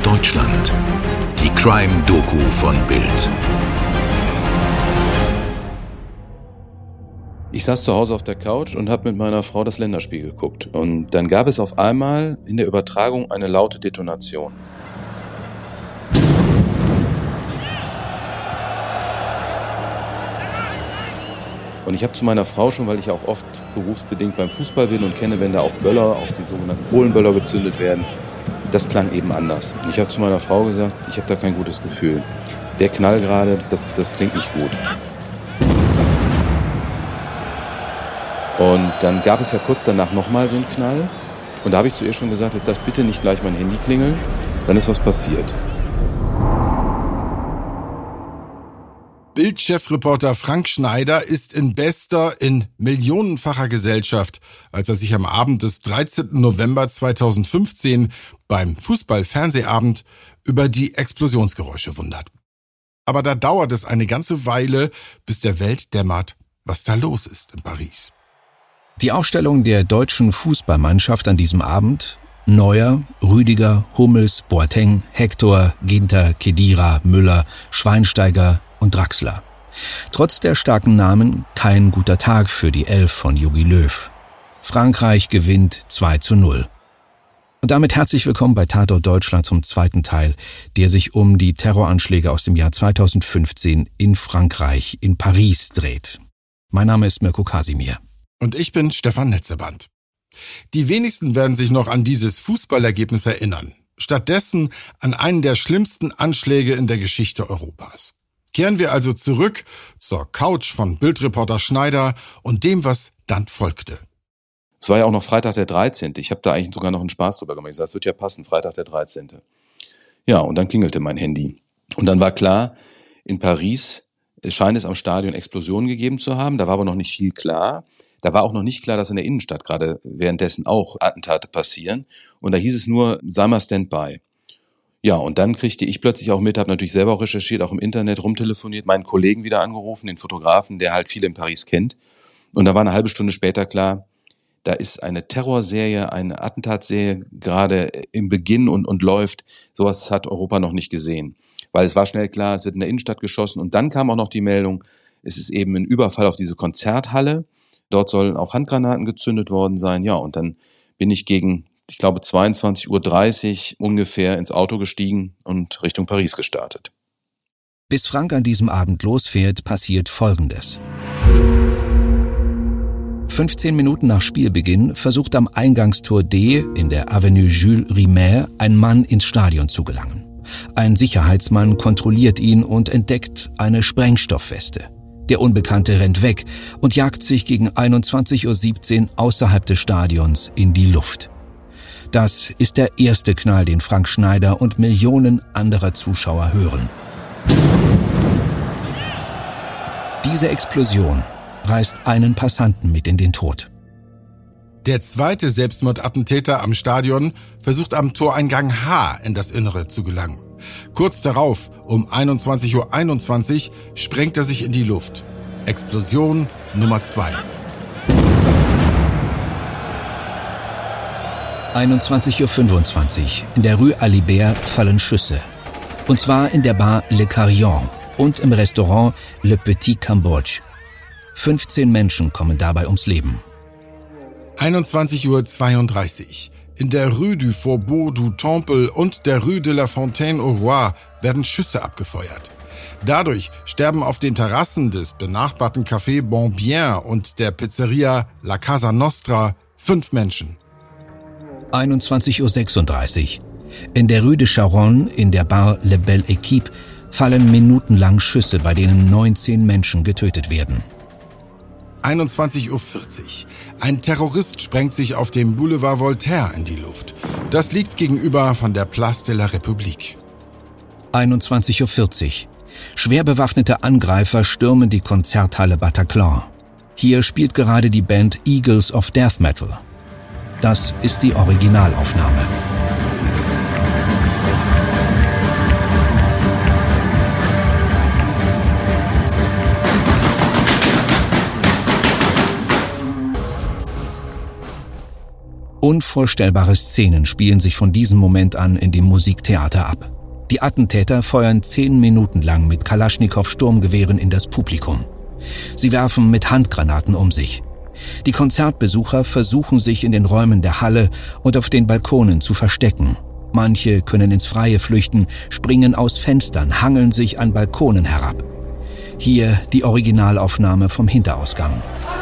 Deutschland. Die Crime-Doku von Bild. Ich saß zu Hause auf der Couch und habe mit meiner Frau das Länderspiel geguckt. Und dann gab es auf einmal in der Übertragung eine laute Detonation. Und ich habe zu meiner Frau schon, weil ich auch oft berufsbedingt beim Fußball bin und kenne, wenn da auch Böller, auch die sogenannten Polenböller gezündet werden, das klang eben anders. Und ich habe zu meiner Frau gesagt, ich habe da kein gutes Gefühl. Der Knall gerade, das klingt nicht gut. Und dann gab es ja kurz danach nochmal so einen Knall. Und da habe ich zu ihr schon gesagt, jetzt lass bitte nicht gleich mein Handy klingeln, dann ist was passiert. Bild-Chefreporter Frank Schneider ist in millionenfacher Gesellschaft, als er sich am Abend des 13. November 2015 beim Fußball-Fernsehabend über die Explosionsgeräusche wundert. Aber da dauert es eine ganze Weile, bis der Welt dämmert, was da los ist in Paris. Die Aufstellung der deutschen Fußballmannschaft an diesem Abend: Neuer, Rüdiger, Hummels, Boateng, Hector, Ginter, Khedira, Müller, Schweinsteiger und Draxler. Trotz der starken Namen kein guter Tag für die Elf von Jogi Löw. Frankreich gewinnt 2:0. Und damit herzlich willkommen bei Tatort Deutschland zum zweiten Teil, der sich um die Terroranschläge aus dem Jahr 2015 in Frankreich, in Paris dreht. Mein Name ist Mirko Kasimir. Und ich bin Stefan Netzeband. Die wenigsten werden sich noch an dieses Fußballergebnis erinnern. Stattdessen an einen der schlimmsten Anschläge in der Geschichte Europas. Kehren wir also zurück zur Couch von Bildreporter Schneider und dem, was dann folgte. Es war ja auch noch Freitag der 13. Ich habe da eigentlich sogar noch einen Spaß drüber gemacht. Ich sagte, das wird ja passen, Freitag der 13. Ja, und dann klingelte mein Handy. Und dann war klar, in Paris scheint es am Stadion Explosionen gegeben zu haben. Da war aber noch nicht viel klar. Da war auch noch nicht klar, dass in der Innenstadt gerade währenddessen auch Attentate passieren. Und da hieß es nur, sei mal Standby. Ja, und dann kriegte ich plötzlich auch mit, habe natürlich selber auch recherchiert, auch im Internet rumtelefoniert, meinen Kollegen wieder angerufen, den Fotografen, der halt viele in Paris kennt. Und da war eine halbe Stunde später klar, da ist eine Terrorserie, eine Attentatserie gerade im Beginn und läuft. Sowas hat Europa noch nicht gesehen. Weil es war schnell klar, es wird in der Innenstadt geschossen. Und dann kam auch noch die Meldung, es ist eben ein Überfall auf diese Konzerthalle. Dort sollen auch Handgranaten gezündet worden sein. Ja, und dann bin ich gegen, ich glaube, 22:30 Uhr ungefähr ins Auto gestiegen und Richtung Paris gestartet. Bis Frank an diesem Abend losfährt, passiert Folgendes. 15 Minuten nach Spielbeginn versucht am Eingangstor D in der Avenue Jules Rimet ein Mann ins Stadion zu gelangen. Ein Sicherheitsmann kontrolliert ihn und entdeckt eine Sprengstoffweste. Der Unbekannte rennt weg und jagt sich gegen 21:17 Uhr außerhalb des Stadions in die Luft. Das ist der erste Knall, den Frank Schneider und Millionen anderer Zuschauer hören. Diese Explosion reißt einen Passanten mit in den Tod. Der zweite Selbstmordattentäter am Stadion versucht am Toreingang H in das Innere zu gelangen. Kurz darauf, um 21:21 Uhr, sprengt er sich in die Luft. Explosion Nummer 2. 21:25 Uhr. In der Rue Alibert fallen Schüsse. Und zwar in der Bar Le Carillon und im Restaurant Le Petit Cambodge. 15 Menschen kommen dabei ums Leben. 21:32 Uhr. In der Rue du Faubourg du Temple und der Rue de la Fontaine au Roi werden Schüsse abgefeuert. Dadurch sterben auf den Terrassen des benachbarten Café Bon Bien und der Pizzeria La Casa Nostra 5 Menschen. 21:36 Uhr. In der Rue de Charonne, in der Bar Le Belle Équipe, fallen minutenlang Schüsse, bei denen 19 Menschen getötet werden. 21:40 Uhr. Ein Terrorist sprengt sich auf dem Boulevard Voltaire in die Luft. Das liegt gegenüber von der Place de la République. 21:40 Uhr. Schwer bewaffnete Angreifer stürmen die Konzerthalle Bataclan. Hier spielt gerade die Band Eagles of Death Metal. Das ist die Originalaufnahme. Unvorstellbare Szenen spielen sich von diesem Moment an in dem Musiktheater ab. Die Attentäter feuern 10 Minuten lang mit Kalaschnikow-Sturmgewehren in das Publikum. Sie werfen mit Handgranaten um sich. Die Konzertbesucher versuchen sich in den Räumen der Halle und auf den Balkonen zu verstecken. Manche können ins Freie flüchten, springen aus Fenstern, hangeln sich an Balkonen herab. Hier die Originalaufnahme vom Hinterausgang.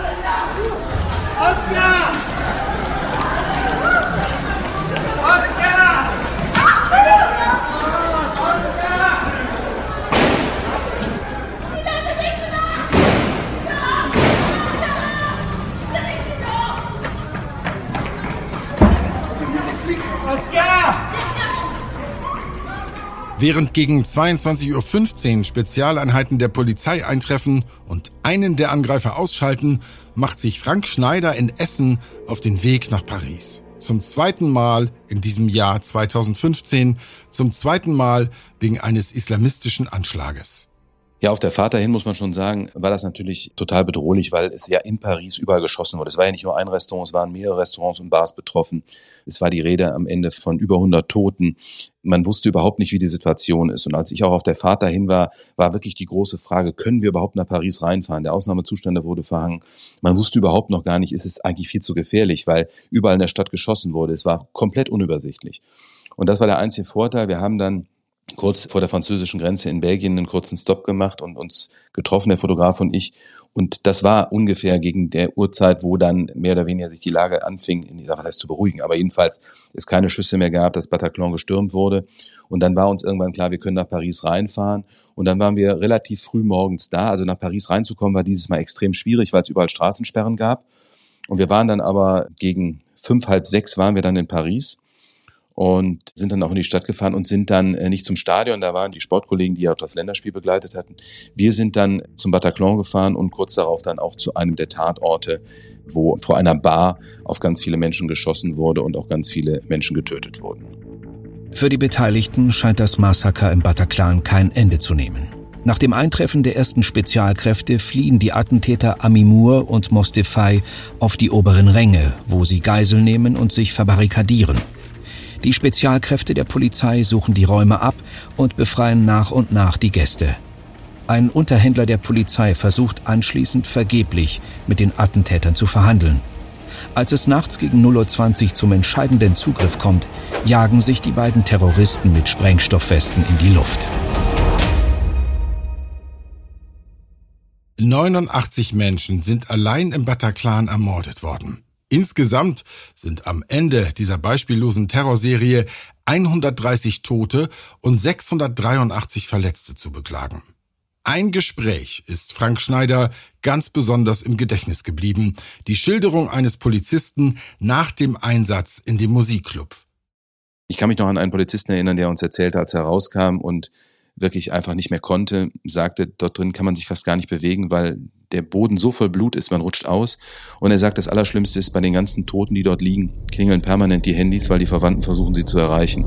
Während gegen 22:15 Uhr Spezialeinheiten der Polizei eintreffen und einen der Angreifer ausschalten, macht sich Frank Schneider in Essen auf den Weg nach Paris. Zum zweiten Mal in diesem Jahr 2015, zum zweiten Mal wegen eines islamistischen Anschlages. Ja, auf der Fahrt dahin muss man schon sagen, war das natürlich total bedrohlich, weil es ja in Paris überall geschossen wurde. Es war ja nicht nur ein Restaurant, es waren mehrere Restaurants und Bars betroffen. Es war die Rede am Ende von über 100 Toten. Man wusste überhaupt nicht, wie die Situation ist. Und als ich auch auf der Fahrt dahin war, war wirklich die große Frage, können wir überhaupt nach Paris reinfahren? Der Ausnahmezustand wurde verhangen. Man wusste überhaupt noch gar nicht, ist es eigentlich viel zu gefährlich, weil überall in der Stadt geschossen wurde. Es war komplett unübersichtlich. Und das war der einzige Vorteil. Wir haben dann kurz vor der französischen Grenze in Belgien einen kurzen Stopp gemacht und uns getroffen, der Fotograf und ich. Und das war ungefähr gegen der Uhrzeit, wo dann mehr oder weniger sich die Lage anfing, was heißt zu beruhigen, aber jedenfalls es keine Schüsse mehr gab, das Bataclan gestürmt wurde. Und dann war uns irgendwann klar, wir können nach Paris reinfahren. Und dann waren wir relativ früh morgens da. Also nach Paris reinzukommen war dieses Mal extrem schwierig, weil es überall Straßensperren gab. Und wir waren dann aber gegen 5, halb 6 waren wir dann in Paris. Und sind dann auch in die Stadt gefahren und sind dann nicht zum Stadion, da waren die Sportkollegen, die auch das Länderspiel begleitet hatten. Wir sind dann zum Bataclan gefahren und kurz darauf dann auch zu einem der Tatorte, wo vor einer Bar auf ganz viele Menschen geschossen wurde und auch ganz viele Menschen getötet wurden. Für die Beteiligten scheint das Massaker im Bataclan kein Ende zu nehmen. Nach dem Eintreffen der ersten Spezialkräfte fliehen die Attentäter Amimour und Mostefai auf die oberen Ränge, wo sie Geisel nehmen und sich verbarrikadieren. Die Spezialkräfte der Polizei suchen die Räume ab und befreien nach und nach die Gäste. Ein Unterhändler der Polizei versucht anschließend vergeblich mit den Attentätern zu verhandeln. Als es nachts gegen 0:20 Uhr zum entscheidenden Zugriff kommt, jagen sich die beiden Terroristen mit Sprengstoffwesten in die Luft. 89 Menschen sind allein im Bataclan ermordet worden. Insgesamt sind am Ende dieser beispiellosen Terrorserie 130 Tote und 683 Verletzte zu beklagen. Ein Gespräch ist Frank Schneider ganz besonders im Gedächtnis geblieben. Die Schilderung eines Polizisten nach dem Einsatz in dem Musikclub. Ich kann mich noch an einen Polizisten erinnern, der uns erzählte, als er rauskam und wirklich einfach nicht mehr konnte, sagte, dort drin kann man sich fast gar nicht bewegen, weil der Boden so voll Blut ist, man rutscht aus. Und er sagt, das Allerschlimmste ist, bei den ganzen Toten, die dort liegen, klingeln permanent die Handys, weil die Verwandten versuchen, sie zu erreichen.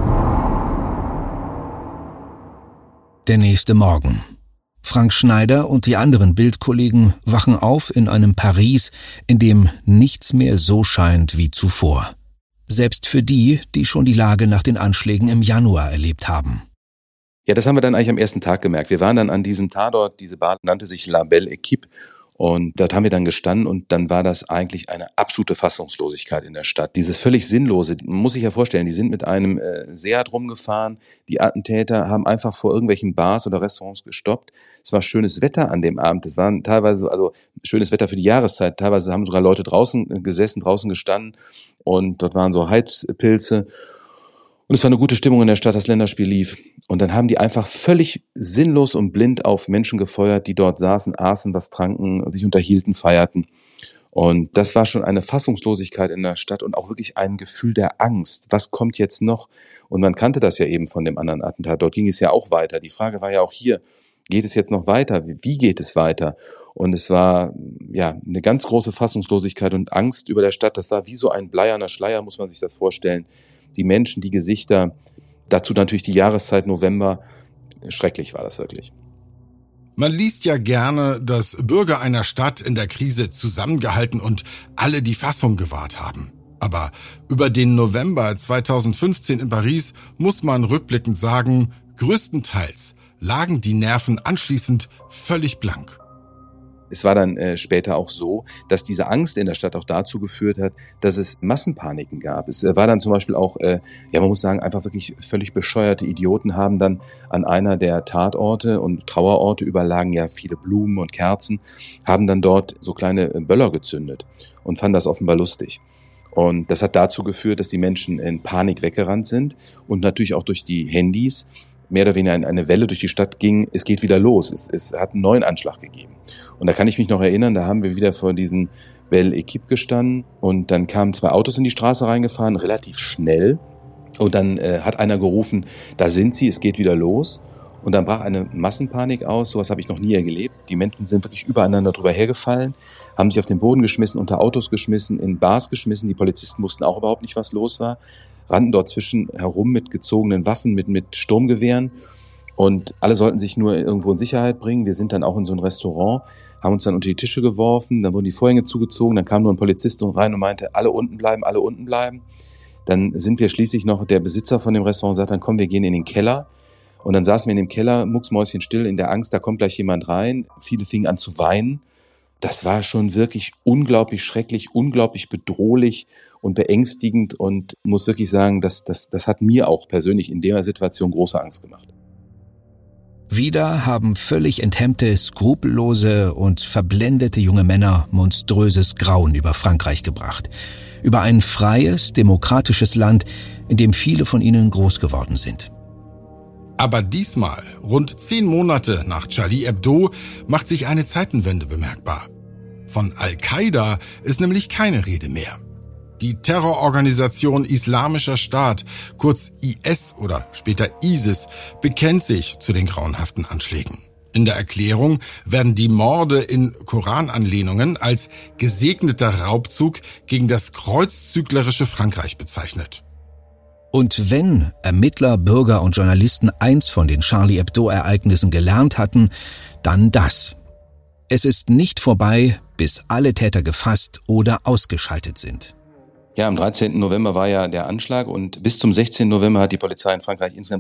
Der nächste Morgen. Frank Schneider und die anderen Bildkollegen wachen auf in einem Paris, in dem nichts mehr so scheint wie zuvor. Selbst für die, die schon die Lage nach den Anschlägen im Januar erlebt haben. Ja, das haben wir dann eigentlich am ersten Tag gemerkt. Wir waren dann an diesem Tatort, diese Bar nannte sich La Belle Équipe und dort haben wir dann gestanden und dann war das eigentlich eine absolute Fassungslosigkeit in der Stadt. Dieses völlig Sinnlose, man muss sich ja vorstellen, die sind mit einem Seat rumgefahren, die Attentäter haben einfach vor irgendwelchen Bars oder Restaurants gestoppt. Es war schönes Wetter an dem Abend, es waren teilweise, also schönes Wetter für die Jahreszeit, teilweise haben sogar Leute draußen gesessen, draußen gestanden und dort waren so Heizpilze. Und es war eine gute Stimmung in der Stadt, das Länderspiel lief. Und dann haben die einfach völlig sinnlos und blind auf Menschen gefeuert, die dort saßen, aßen, was tranken, sich unterhielten, feierten. Und das war schon eine Fassungslosigkeit in der Stadt und auch wirklich ein Gefühl der Angst. Was kommt jetzt noch? Und man kannte das ja eben von dem anderen Attentat. Dort ging es ja auch weiter. Die Frage war ja auch hier, geht es jetzt noch weiter? Wie geht es weiter? Und es war ja eine ganz große Fassungslosigkeit und Angst über der Stadt. Das war wie so ein bleierner Schleier, muss man sich das vorstellen. Die Menschen, die Gesichter, dazu natürlich die Jahreszeit November. Schrecklich war das wirklich. Man liest ja gerne, dass Bürger einer Stadt in der Krise zusammengehalten und alle die Fassung gewahrt haben. Aber über den November 2015 in Paris muss man rückblickend sagen, größtenteils lagen die Nerven anschließend völlig blank. Es war dann später auch so, dass diese Angst in der Stadt auch dazu geführt hat, dass es Massenpaniken gab. Es war dann zum Beispiel auch, man muss sagen, einfach wirklich völlig bescheuerte Idioten haben dann an einer der Tatorte und Trauerorte, überlagen ja viele Blumen und Kerzen, haben dann dort so kleine Böller gezündet und fanden das offenbar lustig. Und das hat dazu geführt, dass die Menschen in Panik weggerannt sind und natürlich auch durch die Handys mehr oder weniger eine Welle durch die Stadt ging, es geht wieder los, es hat einen neuen Anschlag gegeben. Und da kann ich mich noch erinnern, da haben wir wieder vor diesem Belle Equipe gestanden und dann kamen 2 Autos in die Straße reingefahren, relativ schnell. Und dann hat einer gerufen, da sind sie, es geht wieder los. Und dann brach eine Massenpanik aus, sowas habe ich noch nie erlebt. Die Menschen sind wirklich übereinander drüber hergefallen, haben sich auf den Boden geschmissen, unter Autos geschmissen, in Bars geschmissen. Die Polizisten wussten auch überhaupt nicht, was los war. Rannten dort zwischen herum mit gezogenen Waffen, mit Sturmgewehren und alle sollten sich nur irgendwo in Sicherheit bringen. Wir sind dann auch in so ein Restaurant, haben uns dann unter die Tische geworfen, dann wurden die Vorhänge zugezogen, dann kam nur ein Polizist rein und meinte, alle unten bleiben, alle unten bleiben. Dann sind wir schließlich noch, der Besitzer von dem Restaurant sagt dann, komm, wir gehen in den Keller. Und dann saßen wir in dem Keller, mucksmäuschenstill, in der Angst, da kommt gleich jemand rein. Viele fingen an zu weinen. Das war schon wirklich unglaublich schrecklich, unglaublich bedrohlich und beängstigend und muss wirklich sagen, das hat mir auch persönlich in der Situation große Angst gemacht. Wieder haben völlig enthemmte, skrupellose und verblendete junge Männer monströses Grauen über Frankreich gebracht. Über ein freies, demokratisches Land, in dem viele von ihnen groß geworden sind. Aber diesmal, rund 10 Monate nach Charlie Hebdo, macht sich eine Zeitenwende bemerkbar. Von Al-Qaida ist nämlich keine Rede mehr. Die Terrororganisation Islamischer Staat, kurz IS oder später ISIS, bekennt sich zu den grauenhaften Anschlägen. In der Erklärung werden die Morde in Korananlehnungen als gesegneter Raubzug gegen das kreuzzüglerische Frankreich bezeichnet. Und wenn Ermittler, Bürger und Journalisten eins von den Charlie Hebdo-Ereignissen gelernt hatten, dann das. Es ist nicht vorbei, bis alle Täter gefasst oder ausgeschaltet sind. Ja, am 13. November war ja der Anschlag und bis zum 16. November hat die Polizei in Frankreich insgesamt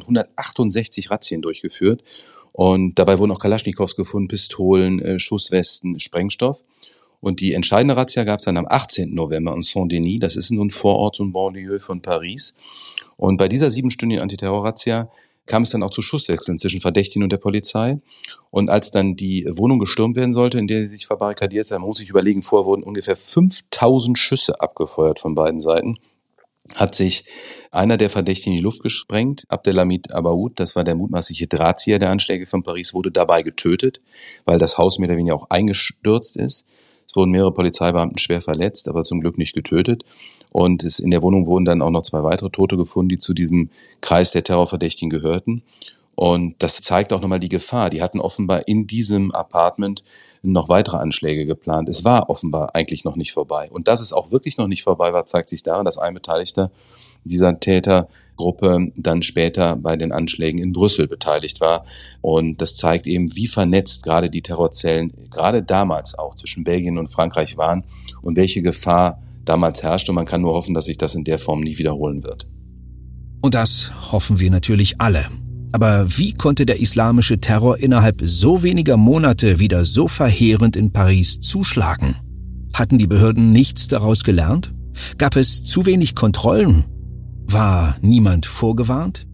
168 Razzien durchgeführt. Und dabei wurden auch Kalaschnikows gefunden, Pistolen, Schusswesten, Sprengstoff. Und die entscheidende Razzia gab es dann am 18. November in Saint-Denis. Das ist so ein Vorort, so ein Banlieue von Paris. Und bei dieser 7-stündigen Antiterror-Razzia kam es dann auch zu Schusswechseln zwischen Verdächtigen und der Polizei. Und als dann die Wohnung gestürmt werden sollte, in der sie sich verbarrikadiert haben, muss ich überlegen, vorher wurden ungefähr 5000 Schüsse abgefeuert von beiden Seiten. Hat sich einer der Verdächtigen in die Luft gesprengt, Abdelhamid Abaoud, das war der mutmaßliche Drahtzieher der Anschläge von Paris, wurde dabei getötet, weil das Haus mehr oder weniger auch eingestürzt ist. Es wurden mehrere Polizeibeamten schwer verletzt, aber zum Glück nicht getötet. Und in der Wohnung wurden dann auch noch 2 weitere Tote gefunden, die zu diesem Kreis der Terrorverdächtigen gehörten. Und das zeigt auch nochmal die Gefahr. Die hatten offenbar in diesem Apartment noch weitere Anschläge geplant. Es war offenbar eigentlich noch nicht vorbei. Und dass es auch wirklich noch nicht vorbei war, zeigt sich daran, dass ein Beteiligter dieser Tätergruppe dann später bei den Anschlägen in Brüssel beteiligt war. Und das zeigt eben, wie vernetzt gerade die Terrorzellen, gerade damals auch zwischen Belgien und Frankreich waren und welche Gefahr damals herrscht. Und man kann nur hoffen, dass sich das in der Form nie wiederholen wird. Und das hoffen wir natürlich alle. Aber wie konnte der islamische Terror innerhalb so weniger Monate wieder so verheerend in Paris zuschlagen? Hatten die Behörden nichts daraus gelernt? Gab es zu wenig Kontrollen? War niemand vorgewarnt?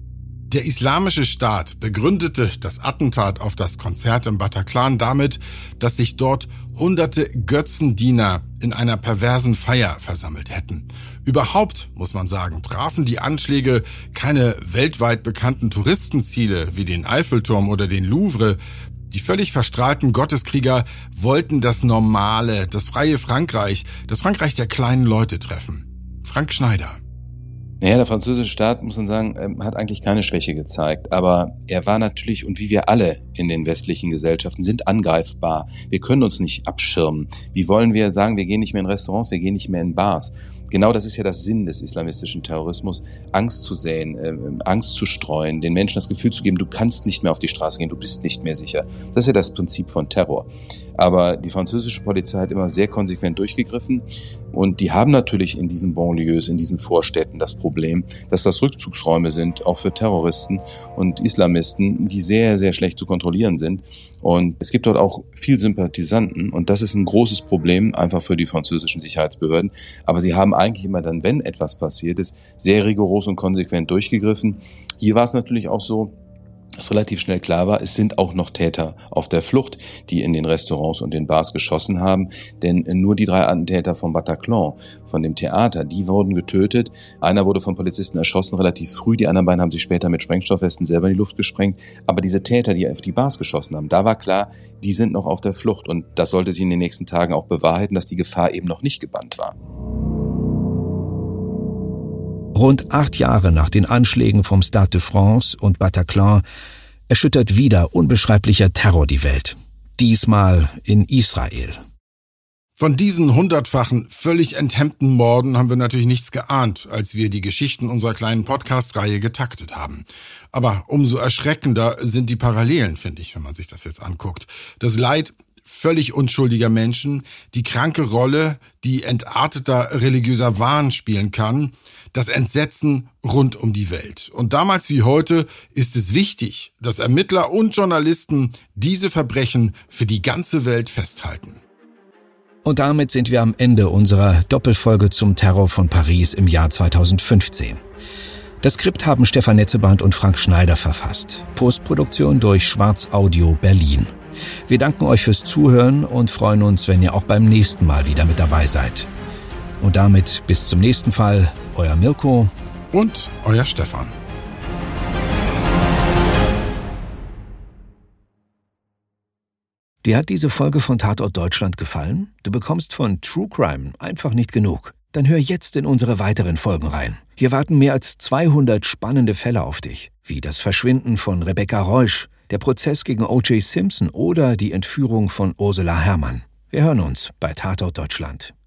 Der Islamische Staat begründete das Attentat auf das Konzert im Bataclan damit, dass sich dort hunderte Götzendiener in einer perversen Feier versammelt hätten. Überhaupt, muss man sagen, trafen die Anschläge keine weltweit bekannten Touristenziele wie den Eiffelturm oder den Louvre. Die völlig verstrahlten Gotteskrieger wollten das normale, das freie Frankreich, das Frankreich der kleinen Leute treffen. Frank Schneider. Naja, der französische Staat, muss man sagen, hat eigentlich keine Schwäche gezeigt. Aber er war natürlich, und wie wir alle in den westlichen Gesellschaften, sind angreifbar. Wir können uns nicht abschirmen. Wie wollen wir sagen, wir gehen nicht mehr in Restaurants, wir gehen nicht mehr in Bars? Genau das ist ja das Sinn des islamistischen Terrorismus, Angst zu säen, Angst zu streuen, den Menschen das Gefühl zu geben, du kannst nicht mehr auf die Straße gehen, du bist nicht mehr sicher. Das ist ja das Prinzip von Terror. Aber die französische Polizei hat immer sehr konsequent durchgegriffen. Und die haben natürlich in diesen Banlieues, in diesen Vorstädten das Problem, dass das Rückzugsräume sind, auch für Terroristen und Islamisten, die sehr, sehr schlecht zu kontrollieren sind. Und es gibt dort auch viel Sympathisanten und das ist ein großes Problem einfach für die französischen Sicherheitsbehörden. Aber sie haben eigentlich immer dann, wenn etwas passiert ist, sehr rigoros und konsequent durchgegriffen. Hier war es natürlich auch so, dass relativ schnell klar war, es sind auch noch Täter auf der Flucht, die in den Restaurants und den Bars geschossen haben. Denn nur die 3 Attentäter vom Bataclan, von dem Theater, die wurden getötet. Einer wurde von Polizisten erschossen, relativ früh. Die anderen beiden haben sich später mit Sprengstoffwesten selber in die Luft gesprengt. Aber diese Täter, die auf die Bars geschossen haben, da war klar, die sind noch auf der Flucht. Und das sollte sich in den nächsten Tagen auch bewahrheiten, dass die Gefahr eben noch nicht gebannt war. Rund 8 Jahre nach den Anschlägen vom Stade de France und Bataclan erschüttert wieder unbeschreiblicher Terror die Welt. Diesmal in Israel. Von diesen 100-fachen, völlig enthemmten Morden haben wir natürlich nichts geahnt, als wir die Geschichten unserer kleinen Podcast-Reihe getaktet haben. Aber umso erschreckender sind die Parallelen, finde ich, wenn man sich das jetzt anguckt. Das Leid völlig unschuldiger Menschen, die kranke Rolle, die entarteter religiöser Wahn spielen kann, das Entsetzen rund um die Welt. Und damals wie heute ist es wichtig, dass Ermittler und Journalisten diese Verbrechen für die ganze Welt festhalten. Und damit sind wir am Ende unserer Doppelfolge zum Terror von Paris im Jahr 2015. Das Skript haben Stefan Netzeband und Frank Schneider verfasst. Postproduktion durch Schwarz Audio Berlin. Wir danken euch fürs Zuhören und freuen uns, wenn ihr auch beim nächsten Mal wieder mit dabei seid. Und damit bis zum nächsten Fall, euer Mirko und euer Stefan. Dir hat diese Folge von Tatort Deutschland gefallen? Du bekommst von True Crime einfach nicht genug. Dann hör jetzt in unsere weiteren Folgen rein. Hier warten mehr als 200 spannende Fälle auf dich, wie das Verschwinden von Rebecca Reusch, der Prozess gegen O.J. Simpson oder die Entführung von Ursula Herrmann. Wir hören uns bei Tatort Deutschland.